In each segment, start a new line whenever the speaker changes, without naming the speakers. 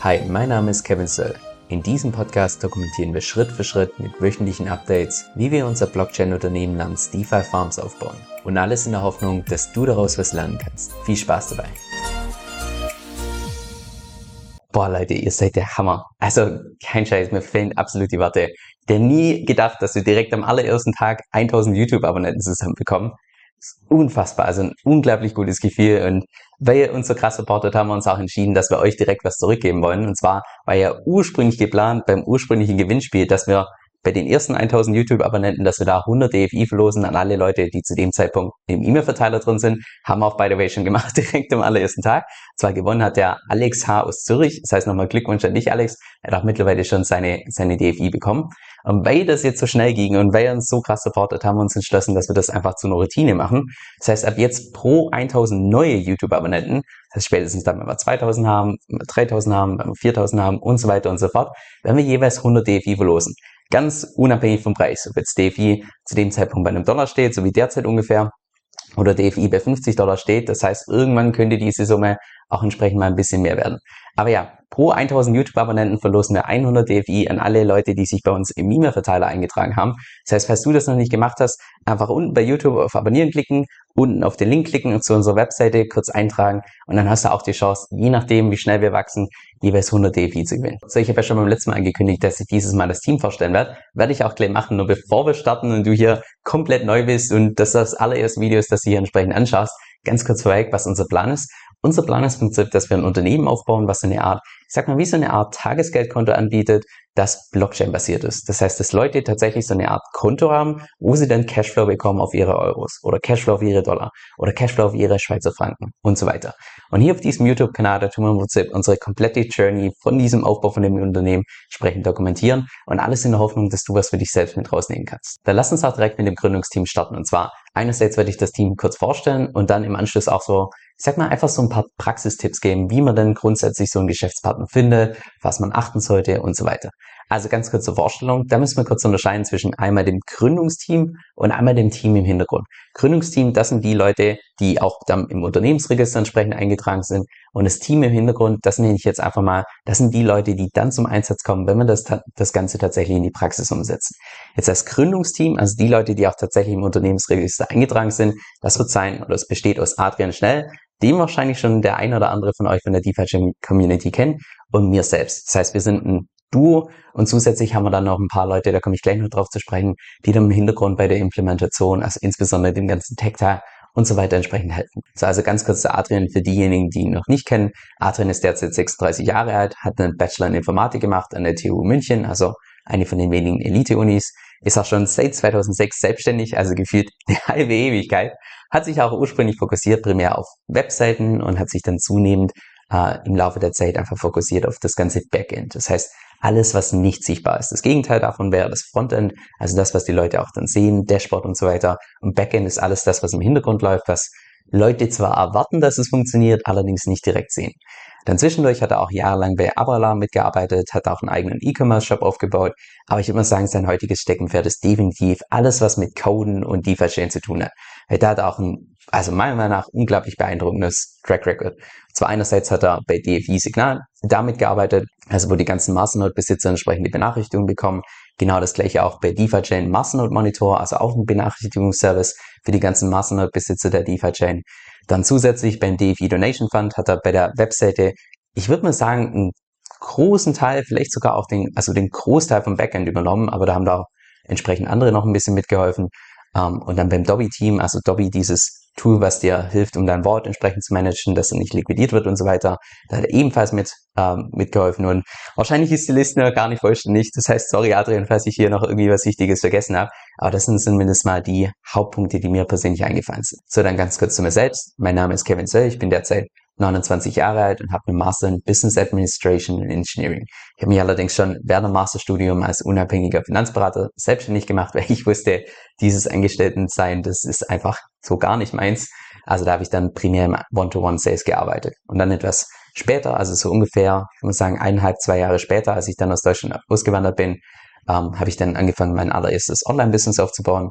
Hi, mein Name ist Kevin Söll. In diesem Podcast dokumentieren wir Schritt für Schritt mit wöchentlichen Updates, wie wir unser Blockchain-Unternehmen namens DeFi Farms aufbauen. Und alles in der Hoffnung, dass du daraus was lernen kannst. Viel Spaß dabei! Boah Leute, ihr seid der Hammer. Also kein Scheiß, mir fehlen absolut die Worte. Ich hätte nie gedacht, dass wir direkt am allerersten Tag 1000 YouTube-Abonnenten zusammenbekommen. Das ist unfassbar, also ein unglaublich gutes Gefühl. Und weil ihr uns so krass supportet, haben wir uns auch entschieden, dass wir euch direkt was zurückgeben wollen. Und zwar war ja ursprünglich geplant beim ursprünglichen Gewinnspiel, dass wir bei den ersten 1000 YouTube-Abonnenten, dass wir da 100 DFI verlosen an alle Leute, die zu dem Zeitpunkt im E-Mail-Verteiler drin sind. Haben wir auch, by the way, schon gemacht, direkt am allerersten Tag. Zwar gewonnen hat der Alex H. aus Zürich. Das heißt nochmal Glückwunsch an dich, Alex. Er hat auch mittlerweile schon seine DFI bekommen. Und weil das jetzt so schnell ging und weil er uns so krass supportet, haben wir uns entschlossen, dass wir das einfach zu einer Routine machen. Das heißt, ab jetzt pro 1000 neue YouTube-Abonnenten, das heißt spätestens dann, wenn wir 2000 haben, wenn wir 3000 haben, wenn wir 4000 haben und so weiter und so fort, werden wir jeweils 100 DFI verlosen. Ganz unabhängig vom Preis, ob jetzt DFI zu dem Zeitpunkt bei einem Dollar steht, so wie derzeit ungefähr, oder DFI bei $50 steht. Das heißt, irgendwann könnte diese Summe auch entsprechend mal ein bisschen mehr werden. Aber ja, pro 1000 YouTube-Abonnenten verlosen wir 100 DFI an alle Leute, die sich bei uns im E-Mail-Verteiler eingetragen haben. Das heißt, falls du das noch nicht gemacht hast, einfach unten bei YouTube auf Abonnieren klicken, unten auf den Link klicken und zu unserer Webseite kurz eintragen und dann hast du auch die Chance, je nachdem, wie schnell wir wachsen, jeweils 100 DFI zu gewinnen. So, ich habe ja schon beim letzten Mal angekündigt, dass ich dieses Mal das Team vorstellen werde. Werde ich auch gleich machen, nur bevor wir starten und du hier komplett neu bist und das allererste Video ist, das du hier entsprechend anschaust, ganz kurz vorweg, was unser Plan ist. Unser Plan ist im Prinzip, dass wir ein Unternehmen aufbauen, was so eine Art, ich sag mal, wie so eine Art Tagesgeldkonto anbietet, das Blockchain-basiert ist. Das heißt, dass Leute tatsächlich so eine Art Konto haben, wo sie dann Cashflow bekommen auf ihre Euros oder Cashflow auf ihre Dollar oder Cashflow auf ihre Schweizer Franken und so weiter. Und hier auf diesem YouTube-Kanal, da tun wir im Prinzip unsere komplette Journey von diesem Aufbau von dem Unternehmen entsprechend dokumentieren und alles in der Hoffnung, dass du was für dich selbst mit rausnehmen kannst. Dann lass uns auch direkt mit dem Gründungsteam starten. Und zwar einerseits werde ich das Team kurz vorstellen und dann im Anschluss auch so, ich sag mal, einfach so ein paar Praxistipps geben, wie man denn grundsätzlich so einen Geschäftspartner findet, was man achten sollte und so weiter. Also ganz kurz zur Vorstellung, da müssen wir kurz unterscheiden zwischen einmal dem Gründungsteam und einmal dem Team im Hintergrund. Gründungsteam, das sind die Leute, die auch dann im Unternehmensregister entsprechend eingetragen sind, und das Team im Hintergrund, das nenne ich jetzt einfach mal, das sind die Leute, die dann zum Einsatz kommen, wenn wir das Ganze tatsächlich in die Praxis umsetzen. Jetzt das Gründungsteam, also die Leute, die auch tatsächlich im Unternehmensregister eingetragen sind, das wird sein, oder es besteht aus Adrian Schnell, den wahrscheinlich schon der ein oder andere von euch von der DeFi Community kennt, und mir selbst. Das heißt, wir sind ein Duo und zusätzlich haben wir dann noch ein paar Leute, da komme ich gleich noch drauf zu sprechen, die dann im Hintergrund bei der Implementation, also insbesondere dem ganzen Tech-Teil und so weiter entsprechend helfen. So, also ganz kurz zu Adrian für diejenigen, die ihn noch nicht kennen. Adrian ist derzeit 36 Jahre alt, hat einen Bachelor in Informatik gemacht an der TU München, also eine von den wenigen Elite-Unis, ist auch schon seit 2006 selbstständig, also gefühlt eine halbe Ewigkeit, hat sich auch ursprünglich fokussiert primär auf Webseiten und hat sich dann zunehmend im Laufe der Zeit einfach fokussiert auf das ganze Backend. Das heißt, alles, was nicht sichtbar ist. Das Gegenteil davon wäre das Frontend, also das, was die Leute auch dann sehen, Dashboard und so weiter. Und Backend ist alles das, was im Hintergrund läuft, was Leute zwar erwarten, dass es funktioniert, allerdings nicht direkt sehen. Dann zwischendurch hat er auch jahrelang bei Abralam mitgearbeitet, hat auch einen eigenen E-Commerce-Shop aufgebaut, aber ich würde mal sagen, sein heutiges Steckenpferd ist definitiv alles, was mit Coden und DeFi-Chain zu tun hat. Weil da hat er auch ein, also meiner Meinung nach, unglaublich beeindruckendes Track Record. Zwar einerseits hat er bei DFI Signal damit gearbeitet, also wo die ganzen Masternode-Besitzer entsprechende Benachrichtigungen bekommen. Genau das gleiche auch bei DeFi-Chain Masternode Monitor, also auch ein Benachrichtigungsservice für die ganzen Masternode-Besitzer der DeFi-Chain. Dann zusätzlich beim DeFi Donation Fund hat er bei der Webseite, ich würde mal sagen, einen großen Teil, vielleicht sogar auch den Großteil vom Backend übernommen, aber da haben da auch entsprechend andere noch ein bisschen mitgeholfen. Und dann beim Dobby-Team, also Dobby, dieses Tool, was dir hilft, um dein Wallet entsprechend zu managen, dass er nicht liquidiert wird und so weiter. Da hat er ebenfalls mitgeholfen. Und wahrscheinlich ist die Liste noch gar nicht vollständig. Das heißt, sorry Adrian, falls ich hier noch irgendwie was Wichtiges vergessen habe. Aber das sind zumindest mal die Hauptpunkte, die mir persönlich eingefallen sind. So, dann ganz kurz zu mir selbst. Mein Name ist Kevin Söll. Ich bin derzeit 29 Jahre alt und habe einen Master in Business Administration and Engineering. Ich habe mich allerdings schon während dem Masterstudium als unabhängiger Finanzberater selbstständig gemacht, weil ich wusste, dieses Angestelltensein, das ist einfach so gar nicht meins. Also da habe ich dann primär im One-to-One-Sales gearbeitet. Und dann etwas später, also so ungefähr, ich muss sagen 1,5-2 Jahre später, als ich dann aus Deutschland ausgewandert bin, habe ich dann angefangen, mein allererstes Online-Business aufzubauen.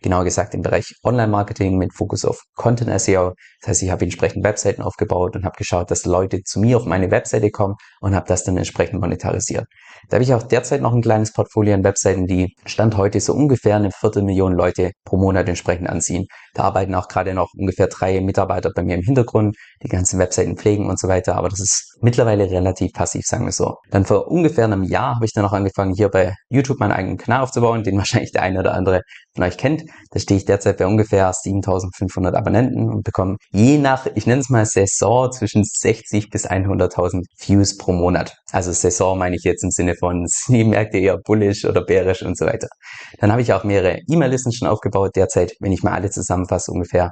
genauer gesagt im Bereich Online-Marketing mit Fokus auf Content SEO. Das heißt, ich habe entsprechend Webseiten aufgebaut und habe geschaut, dass Leute zu mir auf meine Webseite kommen und habe das dann entsprechend monetarisiert. Da habe ich auch derzeit noch ein kleines Portfolio an Webseiten, die Stand heute so ungefähr 250.000 Leute pro Monat entsprechend anziehen. Da arbeiten auch gerade noch ungefähr 3 Mitarbeiter bei mir im Hintergrund, die ganzen Webseiten pflegen und so weiter, aber das ist mittlerweile relativ passiv, sagen wir so. Dann vor ungefähr einem Jahr habe ich dann auch angefangen, hier bei YouTube meinen eigenen Kanal aufzubauen, den wahrscheinlich der eine oder andere von euch kennt. Da stehe ich derzeit bei ungefähr 7.500 Abonnenten und bekomme je nach, ich nenne es mal Saison, zwischen 60 bis 100.000 Views pro Monat. Also Saison meine ich jetzt im Sinne von, sind die Märkte eher bullish oder bärisch und so weiter. Dann habe ich auch mehrere E-Mail-Listen schon aufgebaut. Derzeit, wenn ich mal alle zusammenfasse, ungefähr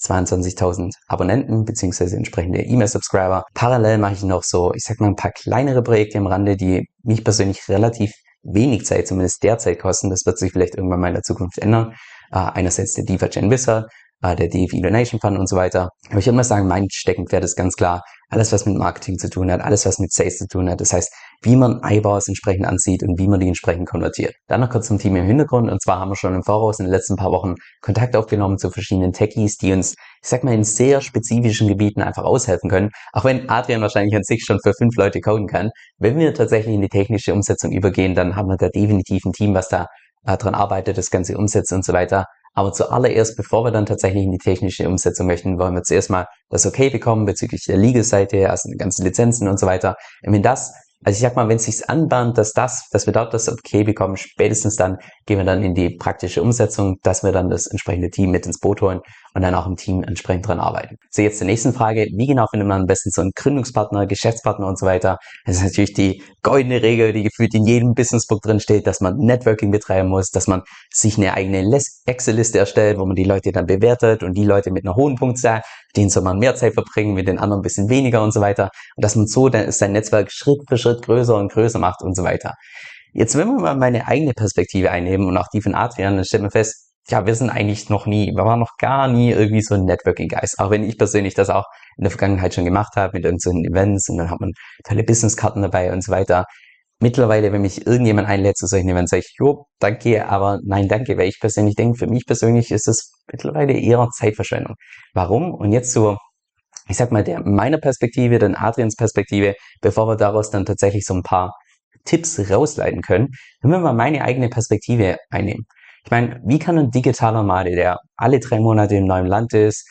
22.000 Abonnenten beziehungsweise entsprechende E-Mail-Subscriber. Parallel mache ich noch so, ich sag mal, ein paar kleinere Projekte am Rande, die mich persönlich relativ wenig Zeit, zumindest derzeit kosten. Das wird sich vielleicht irgendwann mal in der Zukunft ändern. Einerseits der DeFi Chain Wizard, der DeFi Donation Fund und so weiter. Aber ich würde mal sagen, mein Steckenpferd ist ganz klar alles, was mit Marketing zu tun hat, alles, was mit Sales zu tun hat. Das heißt, wie man Eyeballs entsprechend ansieht und wie man die entsprechend konvertiert. Dann noch kurz zum Team im Hintergrund. Und zwar haben wir schon im Voraus in den letzten paar Wochen Kontakt aufgenommen zu verschiedenen Techies, die uns, ich sag mal, in sehr spezifischen Gebieten einfach aushelfen können. Auch wenn Adrian wahrscheinlich an sich schon für 5 Leute coden kann. Wenn wir tatsächlich in die technische Umsetzung übergehen, dann haben wir da definitiv ein Team, was da dran arbeitet, das Ganze umsetzt und so weiter. Aber zuallererst, bevor wir dann tatsächlich in die technische Umsetzung möchten, wollen wir zuerst mal das Okay bekommen bezüglich der Legal-Seite, also die ganzen Lizenzen und so weiter. Und wenn das, also ich sag mal, wenn es sich anbahnt, dass wir dort das Okay bekommen, spätestens dann gehen wir dann in die praktische Umsetzung, dass wir dann das entsprechende Team mit ins Boot holen und dann auch im Team entsprechend dran arbeiten. So, jetzt zur nächsten Frage. Wie genau findet man am besten so einen Gründungspartner, Geschäftspartner und so weiter? Das ist natürlich die goldene Regel, die gefühlt in jedem Businessbook drin steht, dass man Networking betreiben muss, dass man sich eine eigene Excel-Liste erstellt, wo man die Leute dann bewertet und die Leute mit einer hohen Punktzahl, denen soll man mehr Zeit verbringen, mit den anderen ein bisschen weniger und so weiter. Und dass man so dann sein Netzwerk Schritt für Schritt größer und größer macht und so weiter. Jetzt, wenn wir mal meine eigene Perspektive einnehmen und auch die von Adrian, dann stellt man fest, ja, wir waren noch gar nie irgendwie so ein Networking-Guys. Auch wenn ich persönlich das auch in der Vergangenheit schon gemacht habe mit irgendwelchen Events und dann hat man tolle Businesskarten dabei und so weiter. Mittlerweile, wenn mich irgendjemand einlädt zu solchen Events, sage ich, jo, danke, aber nein, danke, weil ich persönlich denke, für mich persönlich ist es mittlerweile eher Zeitverschwendung. Warum? Und jetzt so, ich sag mal, meiner Perspektive, dann Adrians Perspektive, bevor wir daraus dann tatsächlich so ein paar Tipps rausleiten können, wenn wir mal meine eigene Perspektive einnehmen. Ich meine, wie kann ein digitaler Nomade, der alle 3 Monate im neuen Land ist,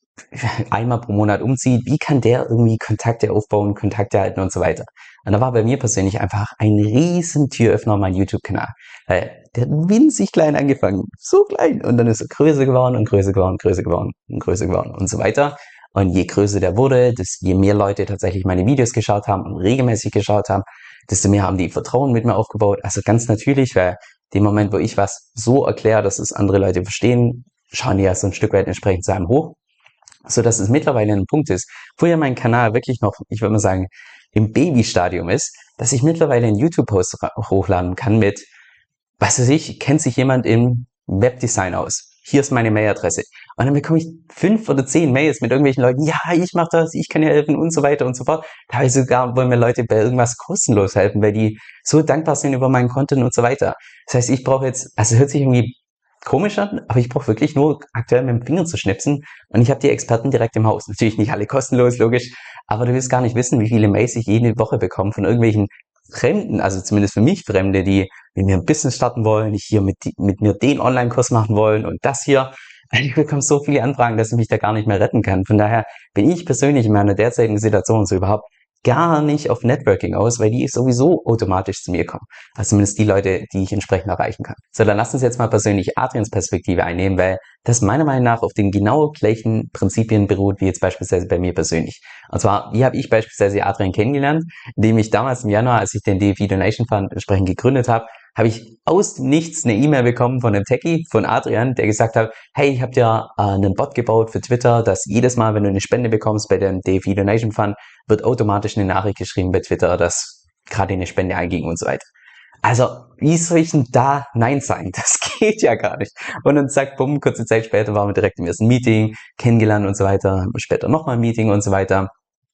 einmal pro Monat umzieht, wie kann der irgendwie Kontakte aufbauen, Kontakte halten und so weiter? Und da war bei mir persönlich einfach ein riesen Türöffner mein YouTube-Kanal. Weil der hat winzig klein angefangen, so klein. Und dann ist er größer geworden und größer geworden, größer geworden und größer geworden und so weiter. Und je größer der wurde, je mehr Leute tatsächlich meine Videos geschaut haben und regelmäßig geschaut haben, desto mehr haben die Vertrauen mit mir aufgebaut. Also ganz natürlich, weil dem Moment, wo ich was so erkläre, dass es andere Leute verstehen, schauen die ja so ein Stück weit entsprechend zu einem hoch. So dass es mittlerweile ein Punkt ist, wo ja mein Kanal wirklich noch, ich würde mal sagen, im Babystadium ist, dass ich mittlerweile einen YouTube-Post hochladen kann mit, was weiß ich, kennt sich jemand im Webdesign aus? Hier ist meine Mailadresse. Und dann bekomme ich 5 oder 10 Mails mit irgendwelchen Leuten, ja, ich mache das, ich kann dir helfen und so weiter und so fort. Teilweise sogar wollen mir Leute bei irgendwas kostenlos helfen, weil die so dankbar sind über meinen Content und so weiter. Das heißt, ich brauche jetzt, also hört sich irgendwie komisch an, aber ich brauche wirklich nur aktuell mit dem Finger zu schnipsen und ich habe die Experten direkt im Haus. Natürlich nicht alle kostenlos, logisch, aber du willst gar nicht wissen, wie viele Mails ich jede Woche bekomme von irgendwelchen Fremden, also zumindest für mich Fremde, die mit mir ein Business starten wollen, die hier mit mir den Online-Kurs machen wollen und das hier. Also ich bekomme so viele Anfragen, dass ich mich da gar nicht mehr retten kann. Von daher bin ich persönlich in meiner derzeitigen Situation so überhaupt gar nicht auf Networking aus, weil die sowieso automatisch zu mir kommen. Also zumindest die Leute, die ich entsprechend erreichen kann. So, dann lasst uns jetzt mal persönlich Adrians Perspektive einnehmen, weil das meiner Meinung nach auf den genau gleichen Prinzipien beruht, wie jetzt beispielsweise bei mir persönlich. Und zwar, wie habe ich beispielsweise Adrian kennengelernt, indem ich damals im Januar, als ich den DeFi Donation Fund entsprechend gegründet habe, habe ich aus dem Nichts eine E-Mail bekommen von einem Techie, von Adrian, der gesagt hat, hey, ich habe dir einen Bot gebaut für Twitter, dass jedes Mal, wenn du eine Spende bekommst bei dem DeFi Donation Fund, wird automatisch eine Nachricht geschrieben bei Twitter, dass gerade eine Spende einging und so weiter. Also, wie soll ich denn da Nein sagen? Das geht ja gar nicht. Und dann zack, bumm, kurze Zeit später waren wir direkt im ersten Meeting, kennengelernt und so weiter, später nochmal ein Meeting und so weiter.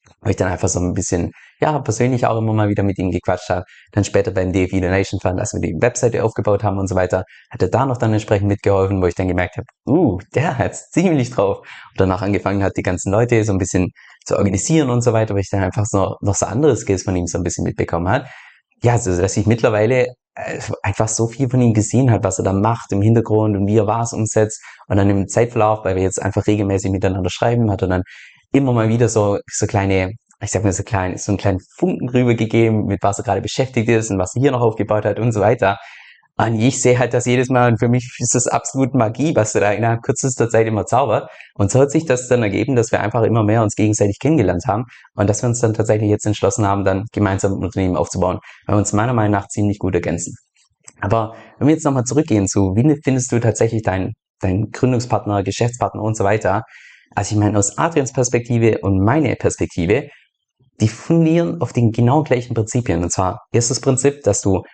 wo ich dann einfach so ein bisschen, ja, persönlich auch immer mal wieder mit ihm gequatscht habe. Dann später beim DFI Donation Fund, als wir die Webseite aufgebaut haben und so weiter, hat er da noch dann entsprechend mitgeholfen, wo ich dann gemerkt habe, der hat's ziemlich drauf. Und danach angefangen hat, die ganzen Leute so ein bisschen zu organisieren und so weiter, wo ich dann einfach noch so andere Skills von ihm so ein bisschen mitbekommen hat. Ja, so dass ich mittlerweile einfach so viel von ihm gesehen habe, was er da macht im Hintergrund und wie er was umsetzt. Und dann im Zeitverlauf, weil wir jetzt einfach regelmäßig miteinander schreiben, hat er dann immer mal wieder so kleine, ich sag mal so einen kleinen Funken rübergegeben, mit was er gerade beschäftigt ist und was er hier noch aufgebaut hat und so weiter. Und ich sehe halt das jedes Mal und für mich ist das absolut Magie, was er da innerhalb kürzester Zeit immer zaubert. Und so hat sich das dann ergeben, dass wir einfach immer mehr uns gegenseitig kennengelernt haben und dass wir uns dann tatsächlich jetzt entschlossen haben, dann gemeinsam ein Unternehmen aufzubauen, weil wir uns meiner Meinung nach ziemlich gut ergänzen. Aber wenn wir jetzt nochmal zurückgehen zu, wie findest du tatsächlich deinen Gründungspartner, Geschäftspartner und so weiter? Also ich meine, aus Adrians Perspektive und meine Perspektive, die fundieren auf den genau gleichen Prinzipien. Und zwar, erstes Prinzip, dass du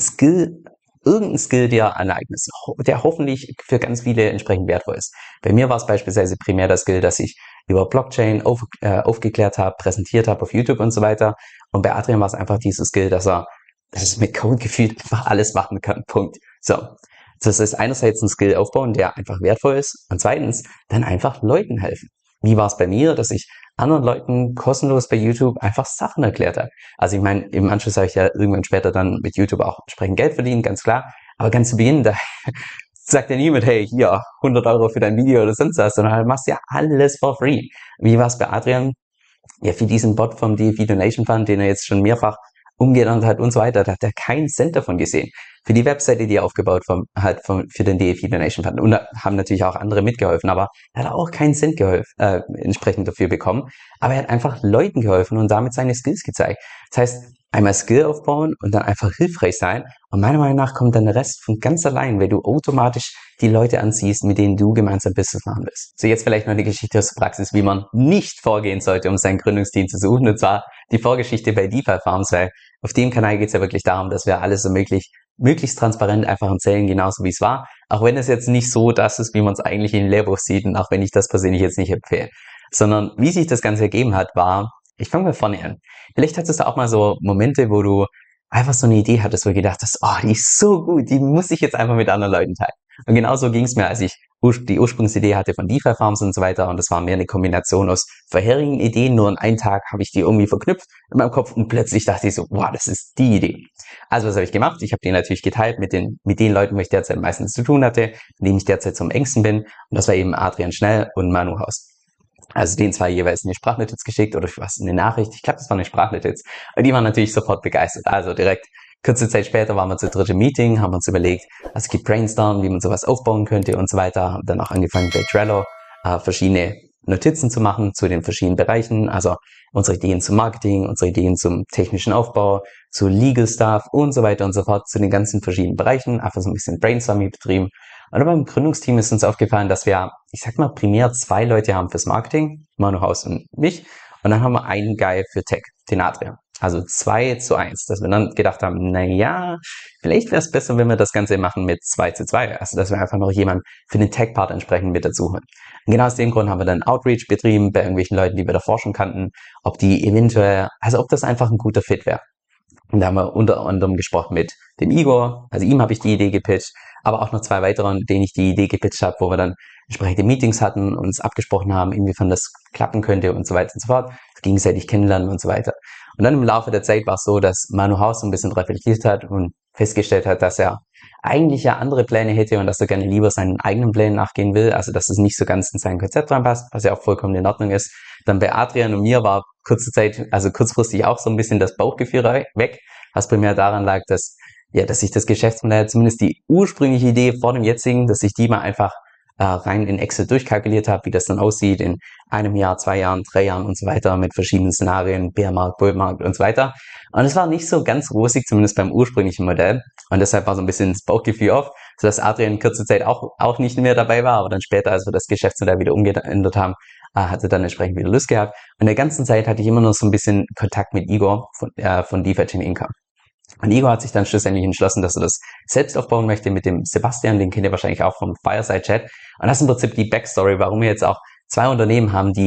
irgendein Skill dir aneignest, der hoffentlich für ganz viele entsprechend wertvoll ist. Bei mir war es beispielsweise primär das Skill, dass ich über Blockchain aufgeklärt habe, präsentiert habe auf YouTube und so weiter. Und bei Adrian war es einfach dieses Skill, dass es mit Code gefühlt einfach alles machen kann. Punkt. So. Das ist einerseits ein Skill aufbauen, der einfach wertvoll ist. Und zweitens, dann einfach Leuten helfen. Wie war es bei mir, dass ich anderen Leuten kostenlos bei YouTube einfach Sachen erklärt habe? Also ich meine, im Anschluss habe ich ja irgendwann später dann mit YouTube auch entsprechend Geld verdient, ganz klar. Aber ganz zu Beginn, da sagt ja niemand, hey, hier, 100 Euro für dein Video oder sonst was, sondern du machst ja alles for free. Wie war es bei Adrian? Ja, für diesen Bot vom DFI Donation Fund, den er jetzt schon mehrfach umgeändert hat und so weiter, da hat er keinen Cent davon gesehen. Für die Webseite, die er aufgebaut für den DFI Donation Fund. Und da haben natürlich auch andere mitgeholfen, aber er hat auch keinen Cent entsprechend dafür bekommen. Aber er hat einfach Leuten geholfen und damit seine Skills gezeigt. Das heißt, einmal Skill aufbauen und dann einfach hilfreich sein. Und meiner Meinung nach kommt dann der Rest von ganz allein, weil du automatisch die Leute anziehst, mit denen du gemeinsam Business machen willst. So, jetzt vielleicht noch eine Geschichte aus der Praxis, wie man nicht vorgehen sollte, um sein Gründungsteam zu suchen. Und zwar die Vorgeschichte bei DeFi Farms, weil auf dem Kanal geht es ja wirklich darum, dass wir alles so möglichst transparent einfach erzählen, genauso wie es war. Auch wenn es jetzt nicht so das ist, wie man es eigentlich in Lehrbuch sieht und auch wenn ich das persönlich jetzt nicht empfehle. Sondern wie sich das Ganze ergeben hat, war, ich fange mal vorne an. Vielleicht hattest du auch mal so Momente, wo du einfach so eine Idee hattest, wo du gedacht hast, oh, die ist so gut, die muss ich jetzt einfach mit anderen Leuten teilen. Und genauso ging es mir, als ich die Ursprungsidee hatte von DeFi Farms und so weiter. Und das war mehr eine Kombination aus vorherigen Ideen. Nur in einem Tag habe ich die irgendwie verknüpft in meinem Kopf und plötzlich dachte ich so, wow, das ist die Idee. Also was habe ich gemacht? Ich habe die natürlich geteilt mit den Leuten, wo ich derzeit meistens zu tun hatte, mit denen ich derzeit zum engsten bin. Und das war eben Adrian Schnell und Manu Haus. Also den zwei jeweils eine Sprachnotiz geschickt oder eine Nachricht. Ich glaube, das war eine Sprachnotiz. Und die waren natürlich sofort begeistert. Also direkt kurze Zeit später waren wir zu dritt im Meeting, haben uns überlegt, also gebrainstormt, wie man sowas aufbauen könnte und so weiter. Haben dann auch angefangen bei Trello verschiedene Notizen zu machen zu den verschiedenen Bereichen. Also unsere Ideen zum Marketing, unsere Ideen zum technischen Aufbau, zu Legal Stuff und so weiter und so fort, zu den ganzen verschiedenen Bereichen. Einfach so ein bisschen Brainstorming betrieben. Und beim Gründungsteam ist uns aufgefallen, dass wir, ich sag mal, primär 2 Leute haben fürs Marketing, Manu Haus und mich. Und dann haben wir einen Guy für Tech, den Adrian. Also 2:1. Dass wir dann gedacht haben, na ja, vielleicht wäre es besser, wenn wir das Ganze machen mit 2:2. Also dass wir einfach noch jemanden für den Tech-Part entsprechend mit dazu holen. Und genau aus dem Grund haben wir dann Outreach betrieben bei irgendwelchen Leuten, die wir davor schon kannten, ob die eventuell, also ob das einfach ein guter Fit wäre. Und da haben wir unter anderem gesprochen mit dem Igor, also ihm habe ich die Idee gepitcht, aber auch noch 2 weiteren, denen ich die Idee gepitcht habe, wo wir dann entsprechende Meetings hatten, uns abgesprochen haben, inwiefern das klappen könnte und so weiter und so fort, gegenseitig kennenlernen und so weiter. Und dann im Laufe der Zeit war es so, dass Manu Haus so ein bisschen reflektiert hat und festgestellt hat, dass er eigentlich ja andere Pläne hätte und dass er gerne lieber seinen eigenen Plänen nachgehen will, also dass es nicht so ganz in sein Konzept reinpasst, was ja auch vollkommen in Ordnung ist. Dann bei Adrian und mir war kurzfristig auch so ein bisschen das Bauchgefühl weg, was primär daran lag, dass ich das Geschäftsmodell, zumindest die ursprüngliche Idee vor dem jetzigen, dass ich die mal einfach rein in Excel durchkalkuliert habe, wie das dann aussieht in einem Jahr, 2 Jahren, 3 Jahren und so weiter mit verschiedenen Szenarien, Bärmarkt, Bullmarkt und so weiter. Und es war nicht so ganz rosig, zumindest beim ursprünglichen Modell. Und deshalb war so ein bisschen das Bauchgefühl off, sodass Adrian in kurzer Zeit auch nicht mehr dabei war, aber dann später, als wir das Geschäftsmodell wieder umgeändert haben, hatte dann entsprechend wieder Lust gehabt. Und in der ganzen Zeit hatte ich immer noch so ein bisschen Kontakt mit Igor von DeFi Chain Income. Und Igor hat sich dann schlussendlich entschlossen, dass er das selbst aufbauen möchte mit dem Sebastian, den kennt ihr wahrscheinlich auch vom Fireside Chat. Und das ist im Prinzip die Backstory, warum wir jetzt auch 2 Unternehmen haben, die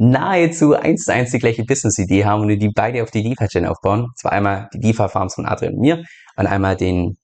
nahezu eins zu eins die gleiche Business-Idee haben und die beide auf die DeFi-Chain aufbauen. Zwar einmal die DeFi-Farms von Adrian und mir und einmal den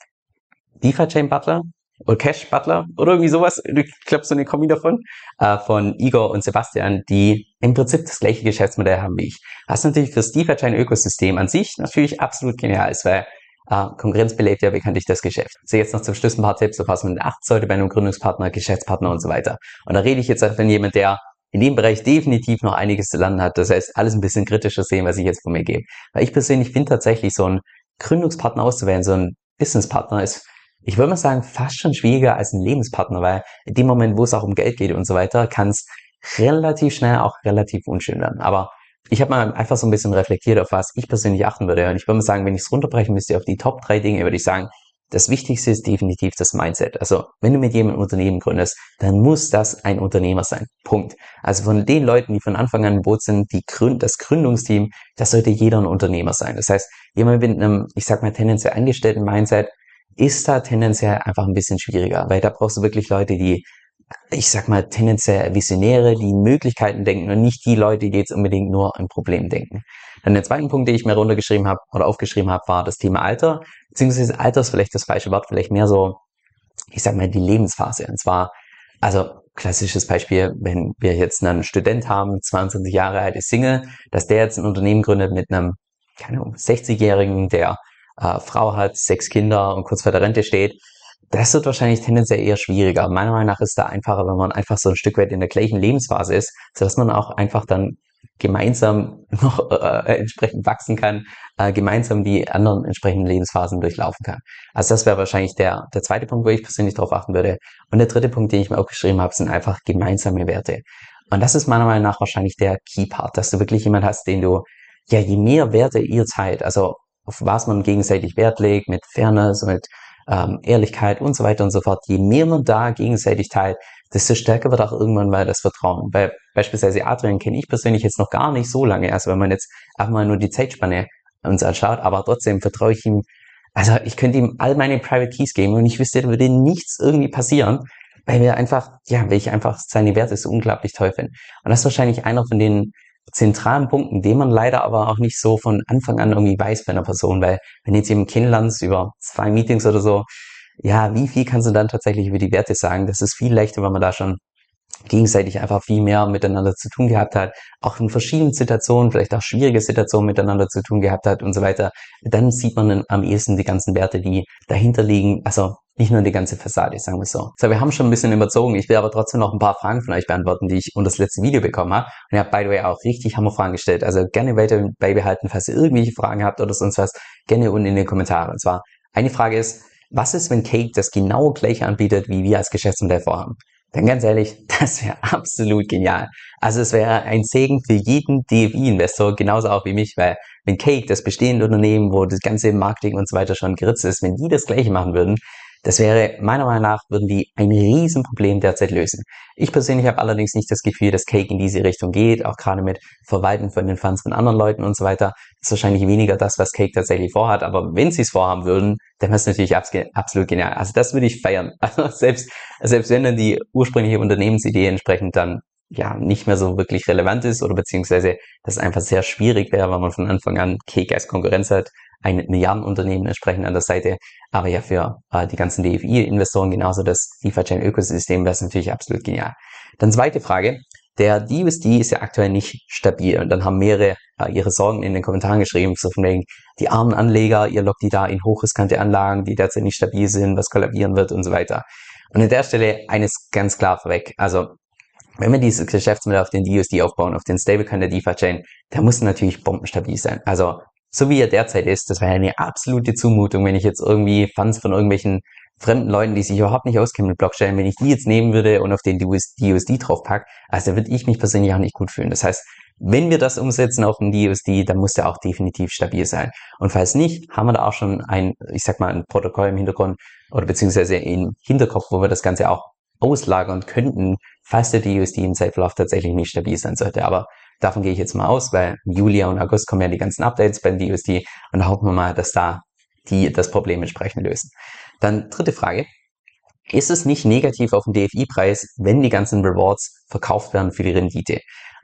DeFi-Chain Butler oder Cash Butler oder irgendwie sowas. Ich glaube, so eine Kombi davon, von Igor und Sebastian, die im Prinzip das gleiche Geschäftsmodell haben wie ich. Was natürlich fürs DeFi-Chain-Ökosystem an sich natürlich absolut genial ist, weil Konkurrenz belebt ja bekanntlich das Geschäft. So, jetzt noch zum Schluss ein paar Tipps, auf was man achten sollte bei einem Gründungspartner, Geschäftspartner und so weiter. Und da rede ich jetzt von jemand, der in dem Bereich definitiv noch einiges zu lernen hat. Das heißt, alles ein bisschen kritischer sehen, was ich jetzt von mir gebe. Weil ich persönlich finde tatsächlich, so einen Gründungspartner auszuwählen, so einen Businesspartner ist, ich würde mal sagen, fast schon schwieriger als ein Lebenspartner, weil in dem Moment, wo es auch um Geld geht und so weiter, kann es relativ schnell auch relativ unschön werden. Aber ich habe mal einfach so ein bisschen reflektiert, auf was ich persönlich achten würde. Und ich würde mal sagen, wenn ich es runterbrechen müsste auf die Top 3 Dinge, würde ich sagen, das Wichtigste ist definitiv das Mindset. Also, wenn du mit jemandem ein Unternehmen gründest, dann muss das ein Unternehmer sein. Punkt. Also von den Leuten, die von Anfang an im Boot sind, das Gründungsteam, das sollte jeder ein Unternehmer sein. Das heißt, jemand mit einem, ich sag mal, tendenziell angestellten Mindset ist da tendenziell einfach ein bisschen schwieriger, weil da brauchst du wirklich Leute, die, ich sag mal, tendenziell Visionäre, die in Möglichkeiten denken und nicht die Leute, die jetzt unbedingt nur an Problem denken. Dann der zweite Punkt, den ich mir runtergeschrieben habe oder aufgeschrieben habe, war das Thema Alter, beziehungsweise Alter ist vielleicht das falsche Wort, vielleicht mehr so, ich sag mal, die Lebensphase. Und zwar, also klassisches Beispiel, wenn wir jetzt einen Student haben, 22 Jahre alt, ist Single, dass der jetzt ein Unternehmen gründet mit einem, keine Ahnung, 60-Jährigen, der Frau hat, 6 Kinder und kurz vor der Rente steht. Das wird wahrscheinlich tendenziell eher schwieriger. Meiner Meinung nach ist es da einfacher, wenn man einfach so ein Stück weit in der gleichen Lebensphase ist, sodass man auch einfach dann gemeinsam noch entsprechend wachsen kann, gemeinsam die anderen entsprechenden Lebensphasen durchlaufen kann. Also das wäre wahrscheinlich der zweite Punkt, wo ich persönlich darauf achten würde. Und der dritte Punkt, den ich mir auch geschrieben habe, sind einfach gemeinsame Werte. Und das ist meiner Meinung nach wahrscheinlich der Key Part, dass du wirklich jemand hast, den du, ja, je mehr Werte ihr teilt, also auf was man gegenseitig Wert legt, mit Fairness, mit Ehrlichkeit und so weiter und so fort, je mehr man da gegenseitig teilt, desto stärker wird auch irgendwann mal das Vertrauen. Weil beispielsweise Adrian kenne ich persönlich jetzt noch gar nicht so lange, also wenn man jetzt einfach mal nur die Zeitspanne uns anschaut, aber trotzdem vertraue ich ihm, also ich könnte ihm all meine Private Keys geben und ich wüsste, da würde nichts irgendwie passieren, weil wir einfach, ja, weil ich einfach seine Werte so unglaublich toll finde. Und das ist wahrscheinlich einer von den zentralen Punkten, den man leider aber auch nicht so von Anfang an irgendwie weiß bei einer Person, weil wenn jetzt jemand kennenlernst über 2 Meetings oder so, ja, wie viel kannst du dann tatsächlich über die Werte sagen? Das ist viel leichter, wenn man da schon gegenseitig einfach viel mehr miteinander zu tun gehabt hat, auch in verschiedenen Situationen, vielleicht auch schwierige Situationen miteinander zu tun gehabt hat und so weiter. Dann sieht man dann am ehesten die ganzen Werte, die dahinter liegen, also nicht nur die ganze Fassade, sagen wir so. So, wir haben schon ein bisschen überzogen. Ich will aber trotzdem noch ein paar Fragen von euch beantworten, die ich unter das letzte Video bekommen habe. Und ihr habt, by the way, auch richtig Hammerfragen gestellt. Also gerne weiter beibehalten, falls ihr irgendwelche Fragen habt oder sonst was, gerne unten in den Kommentaren. Und zwar, eine Frage ist, was ist, wenn Cake das genaue gleiche anbietet, wie wir als Geschäftsmodell vorhaben? Denn ganz ehrlich, das wäre absolut genial. Also es wäre ein Segen für jeden DFI-Investor, genauso auch wie mich, weil wenn Cake, das bestehende Unternehmen, wo das ganze Marketing und so weiter schon geritzt ist, wenn die das gleiche machen würden, das wäre, meiner Meinung nach, würden die ein Riesenproblem derzeit lösen. Ich persönlich habe allerdings nicht das Gefühl, dass Cake in diese Richtung geht, auch gerade mit Verwalten von den Funds von anderen Leuten und so weiter. Das ist wahrscheinlich weniger das, was Cake tatsächlich vorhat, aber wenn sie es vorhaben würden, dann wäre es natürlich absolut genial. Also das würde ich feiern. Also selbst wenn dann die ursprüngliche Unternehmensidee entsprechend dann ja nicht mehr so wirklich relevant ist oder beziehungsweise das einfach sehr schwierig wäre, weil man von Anfang an Cake als Konkurrenz hat, ein Milliardenunternehmen entsprechend an der Seite, aber ja für die ganzen DFI-Investoren genauso das DeFi-Chain-Ökosystem wäre es natürlich absolut genial. Dann zweite Frage, der DUSD ist ja aktuell nicht stabil und dann haben mehrere ihre Sorgen in den Kommentaren geschrieben, so von wegen, die armen Anleger, ihr lockt die da in hochriskante Anlagen, die derzeit nicht stabil sind, was kollabieren wird und so weiter. Und an der Stelle eines ganz klar vorweg, also wenn wir dieses Geschäftsmodell auf den DUSD aufbauen, auf den Stablecoin der DeFi-Chain, der muss natürlich bombenstabil sein. Also so wie er derzeit ist, das wäre eine absolute Zumutung, wenn ich jetzt irgendwie Funds von irgendwelchen fremden Leuten, die sich überhaupt nicht auskennen mit Blockchain, wenn ich die jetzt nehmen würde und auf den DUSD draufpack, also da würde ich mich persönlich auch nicht gut fühlen. Das heißt, wenn wir das umsetzen auf den DUSD, dann muss der auch definitiv stabil sein. Und falls nicht, haben wir da auch schon ein, ich sag mal, ein Protokoll im Hintergrund oder beziehungsweise im Hinterkopf, wo wir das Ganze auch auslagern könnten, falls der DUSD im Zeitverlauf tatsächlich nicht stabil sein sollte. Aber davon gehe ich jetzt mal aus, weil im Juli und August kommen ja die ganzen Updates beim DUSD und da hoffen wir mal, dass da die das Problem entsprechend lösen. Dann dritte Frage. Ist es nicht negativ auf den DFI-Preis, wenn die ganzen Rewards verkauft werden für die Rendite?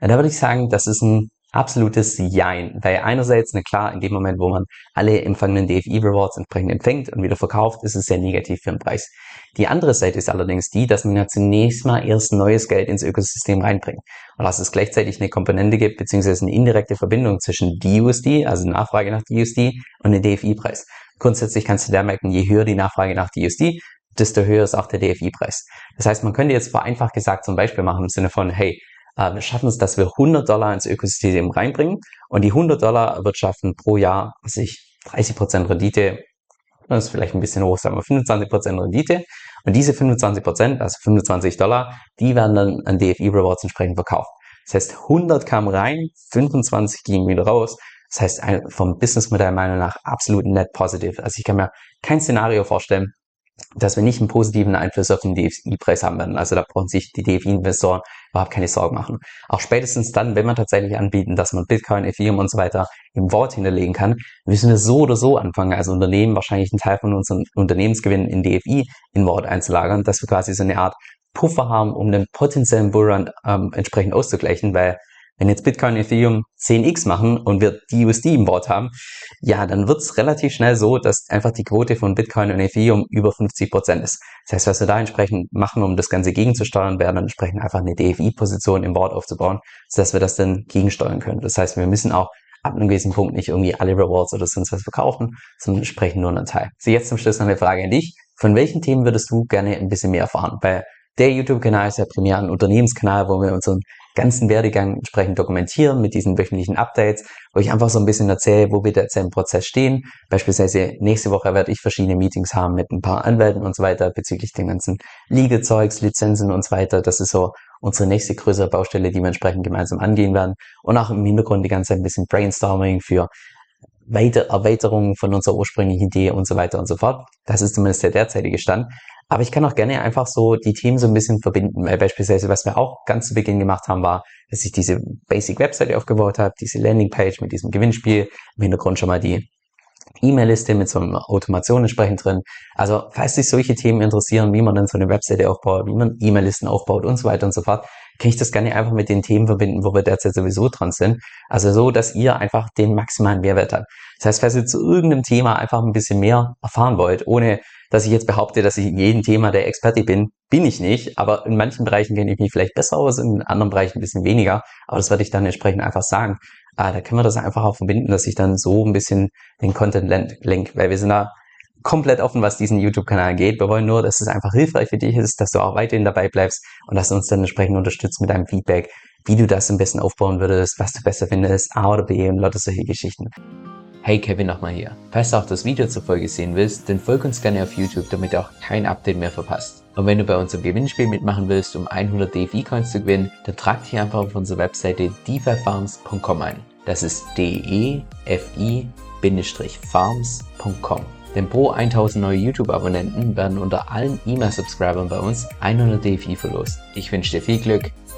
Und da würde ich sagen, das ist ein absolutes Jein, weil einerseits, na klar, in dem Moment, wo man alle empfangenen DFI-Rewards entsprechend empfängt und wieder verkauft, ist es sehr negativ für den Preis. Die andere Seite ist allerdings die, dass man ja zunächst mal erst neues Geld ins Ökosystem reinbringt und dass es gleichzeitig eine Komponente gibt, beziehungsweise eine indirekte Verbindung zwischen DUSD, also Nachfrage nach DUSD, und dem DFI-Preis. Grundsätzlich kannst du da merken, je höher die Nachfrage nach DUSD, desto höher ist auch der DFI-Preis. Das heißt, man könnte jetzt vereinfacht gesagt zum Beispiel machen im Sinne von, hey, wir schaffen es, dass wir $100 ins Ökosystem reinbringen und die $100 erwirtschaften pro Jahr, 30% Rendite, das ist vielleicht ein bisschen hoch, sagen wir 25% Rendite. Und diese 25%, also $25, die werden dann an DFI Rewards entsprechend verkauft. Das heißt, 100 kamen rein, 25 gingen wieder raus. Das heißt, vom Businessmodell meiner Meinung nach absolut net positive. Also ich kann mir kein Szenario vorstellen, dass wir nicht einen positiven Einfluss auf den DFI-Preis haben werden. Also da brauchen sich die DFI-Investoren überhaupt keine Sorgen machen. Auch spätestens dann, wenn man tatsächlich anbieten, dass man Bitcoin, Ethereum und so weiter im Vault hinterlegen kann, müssen wir so oder so anfangen, als Unternehmen wahrscheinlich einen Teil von unseren Unternehmensgewinnen in DFI in Vault einzulagern, dass wir quasi so eine Art Puffer haben, um den potenziellen Bullrun entsprechend auszugleichen, weil wenn jetzt Bitcoin und Ethereum 10x machen und wir die USD im Board haben, ja, dann wird's relativ schnell so, dass einfach die Quote von Bitcoin und Ethereum über 50% ist. Das heißt, was wir da entsprechend machen, um das Ganze gegenzusteuern, wäre dann entsprechend einfach eine DFI-Position im Board aufzubauen, sodass wir das dann gegensteuern können. Das heißt, wir müssen auch ab einem gewissen Punkt nicht irgendwie alle Rewards oder sonst was verkaufen, sondern entsprechend nur einen Teil. So, jetzt zum Schluss noch eine Frage an dich. Von welchen Themen würdest du gerne ein bisschen mehr erfahren? Weil der YouTube-Kanal ist ja primär ein Unternehmenskanal, wo wir unseren ganzen Werdegang entsprechend dokumentieren mit diesen wöchentlichen Updates, wo ich einfach so ein bisschen erzähle, wo wir jetzt im Prozess stehen. Beispielsweise nächste Woche werde ich verschiedene Meetings haben mit ein paar Anwälten und so weiter bezüglich den ganzen Legal-Zeugs, Lizenzen und so weiter. Das ist so unsere nächste größere Baustelle, die wir entsprechend gemeinsam angehen werden. Und auch im Hintergrund die ganze Zeit ein bisschen Brainstorming für Erweiterungen von unserer ursprünglichen Idee und so weiter und so fort. Das ist zumindest der derzeitige Stand. Aber ich kann auch gerne einfach so die Themen so ein bisschen verbinden, weil beispielsweise, was wir auch ganz zu Beginn gemacht haben, war, dass ich diese Basic-Webseite aufgebaut habe, diese Landingpage mit diesem Gewinnspiel, im Hintergrund schon mal die E-Mail-Liste mit so einer Automation entsprechend drin. Also, falls dich solche Themen interessieren, wie man dann so eine Webseite aufbaut, wie man E-Mail-Listen aufbaut und so weiter und so fort, kann ich das gerne einfach mit den Themen verbinden, wo wir derzeit sowieso dran sind. Also so, dass ihr einfach den maximalen Mehrwert habt. Das heißt, falls ihr zu irgendeinem Thema einfach ein bisschen mehr erfahren wollt, ohne dass ich jetzt behaupte, dass ich in jedem Thema der Experte bin, bin ich nicht. Aber in manchen Bereichen kenne ich mich vielleicht besser aus, in anderen Bereichen ein bisschen weniger. Aber das werde ich dann entsprechend einfach sagen. Da können wir das einfach auch verbinden, dass ich dann so ein bisschen den Content lenk, weil wir sind da komplett offen, was diesen YouTube-Kanal geht. Wir wollen nur, dass es einfach hilfreich für dich ist, dass du auch weiterhin dabei bleibst und dass du uns dann entsprechend unterstützt mit deinem Feedback, wie du das am besten aufbauen würdest, was du besser findest, A oder B und lauter solche Geschichten. Hey, Kevin nochmal hier. Falls du auch das Video zur Folge sehen willst, dann folg uns gerne auf YouTube, damit du auch kein Update mehr verpasst. Und wenn du bei unserem Gewinnspiel mitmachen willst, um 100 DFI-Coins zu gewinnen, dann trag dich einfach auf unsere Webseite defifarms.com ein. Das ist defi-farms.com. Denn pro 1000 neue YouTube-Abonnenten werden unter allen E-Mail-Subscribern bei uns 100 DFI verlost. Ich wünsche dir viel Glück,